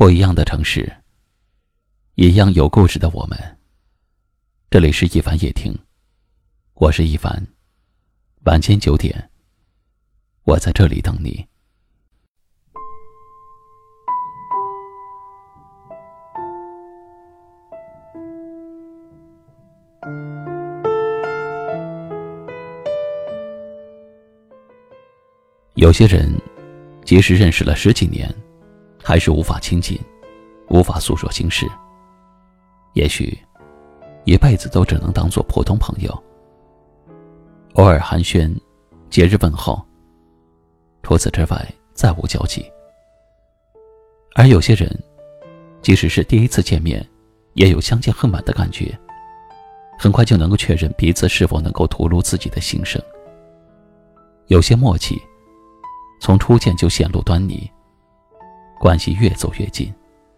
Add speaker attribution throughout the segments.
Speaker 1: 不一样的城市，一样有故事的我们。这里是一凡夜听，我是一凡。晚间9点，我在这里等你。有些人即使认识了10几年，还是无法亲近，无法诉说心事，也许一辈子都只能当作普通朋友，偶尔寒暄，节日问候，除此之外再无交集。而有些人即使是第一次见面，也有相见恨晚的感觉，很快就能够确认彼此是否能够吐露自己的心声。有些默契从初见就显露端倪，关系越走越近。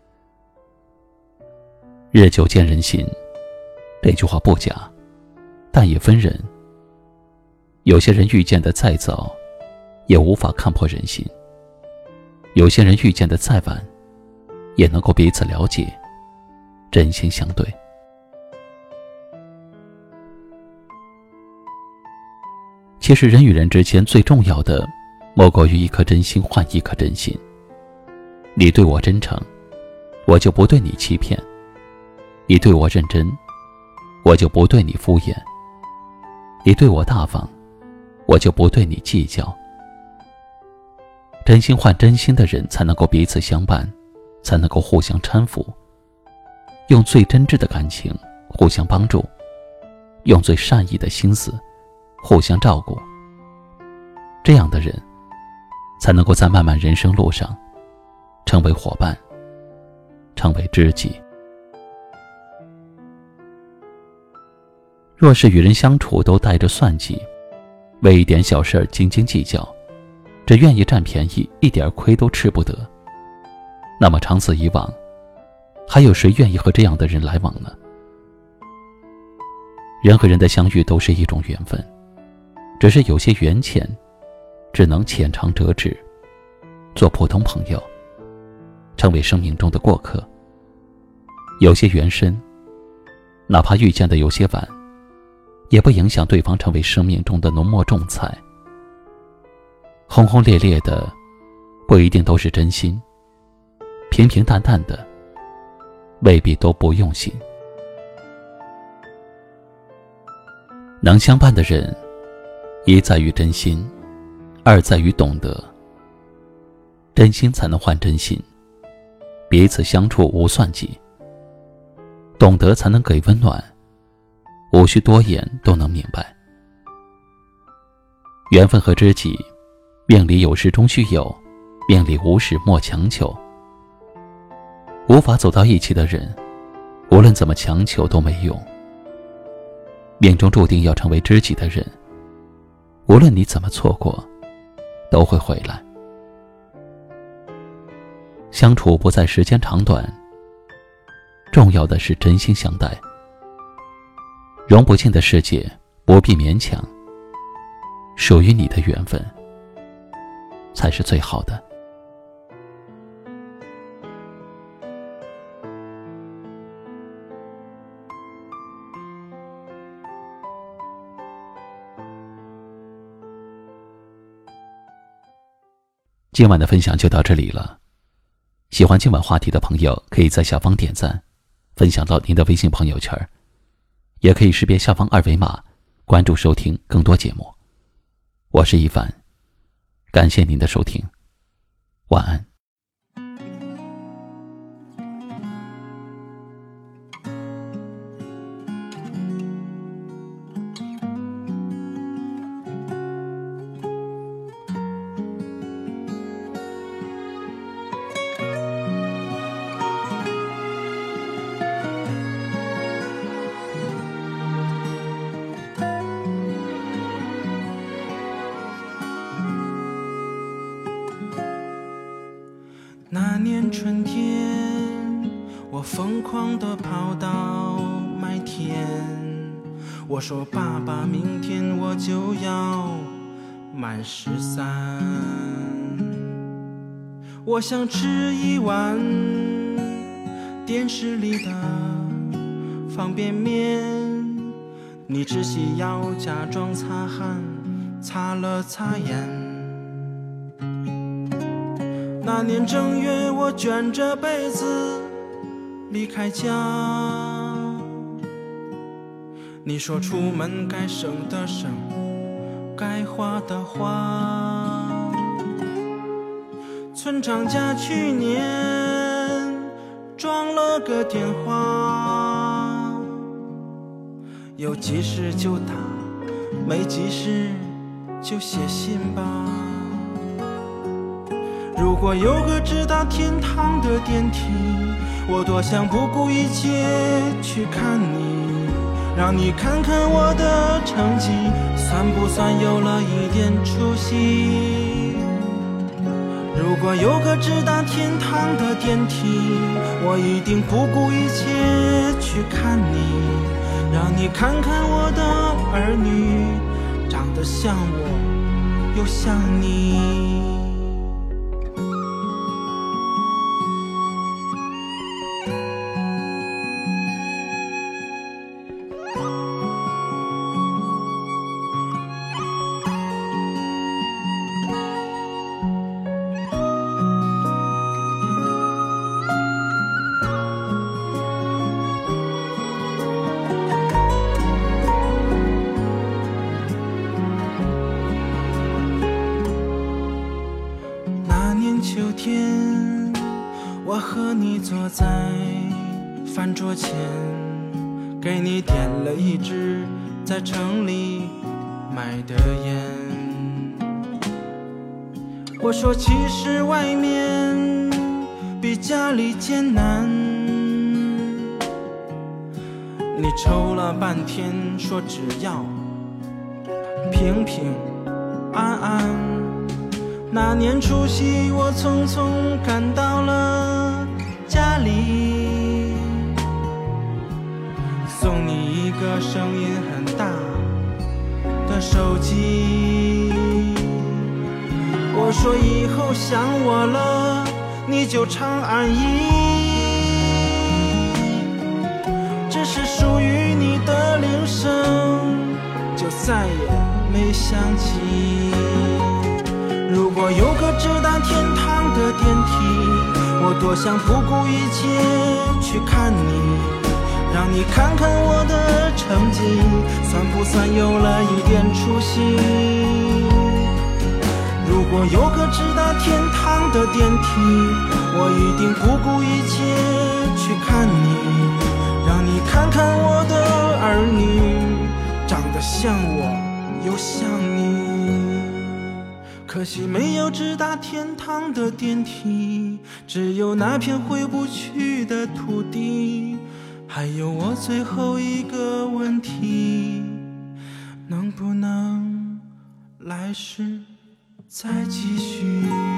Speaker 1: 日久见人心，这句话不假，但也分人。有些人遇见的再早，也无法看破人心；有些人遇见的再晚，也能够彼此了解，真心相对。其实人与人之间最重要的，莫过于一颗真心换一颗真心。你对我真诚，我就不对你欺骗；你对我认真，我就不对你敷衍；你对我大方，我就不对你计较。真心换真心的人才能够彼此相伴，才能够互相搀扶，用最真挚的感情互相帮助，用最善意的心思互相照顾。这样的人才能够在漫漫人生路上成为伙伴，成为知己。若是与人相处都带着算计，为一点小事斤斤计较，只愿意占便宜，一点亏都吃不得，那么长此以往，还有谁愿意和这样的人来往呢？人和人的相遇都是一种缘分，只是有些缘浅，只能浅尝辄止，做普通朋友，成为生命中的过客。有些缘深，哪怕遇见的有些晚，也不影响对方成为生命中的浓墨重彩。轰轰烈烈的不一定都是真心，平平淡淡的未必都不用心。能相伴的人，一在于真心，二在于懂得。真心才能换真心，彼此相处无算计。懂得才能给温暖，无需多言都能明白。缘分和知己，命里有时终须有，命里无时莫强求。无法走到一起的人，无论怎么强求都没用。命中注定要成为知己的人，无论你怎么错过，都会回来。相处不在时间长短，重要的是真心相待。融不进的世界不必勉强，属于你的缘分才是最好的。今晚的分享就到这里了。喜欢今晚话题的朋友，可以在下方点赞，分享到您的微信朋友圈，也可以识别下方2维码，关注收听更多节目。我是一凡，感谢您的收听，晚安。
Speaker 2: 那年春天，我疯狂地跑到麦田，我说爸爸，明天我就要满13，我想吃一碗电视里的方便面，你只需要假装擦汗，擦了擦眼。那年正月，我卷着被子离开家，你说出门该省的省，该花的花。村长家去年装了个电话，有急事就打，没急事就写信吧。如果有个直达天堂的电梯，我多想不顾一切去看你，让你看看我的成绩算不算有了一点出息。如果有个直达天堂的电梯，我一定不顾一切去看你，让你看看我的儿女长得像我又像你。秋天，我和你坐在饭桌前，给你点了一支在城里买的烟。我说其实外面比家里艰难，你抽了半天说只要平平安安。那年除夕，我匆匆赶到了家里，送你一个声音很大的手机。我说以后想我了，你就常安逸，只是属于你的铃声，就再也没响起。如果有个直达天堂的电梯，我多想不顾一切去看你，让你看看我的成绩算不算有了一点出息。如果有个直达天堂的电梯，我一定不顾一切去看你，让你看看我的儿女长得像我又像你。可惜没有直达天堂的电梯，只有那片回不去的土地。还有我最后一个问题，能不能来世再继续？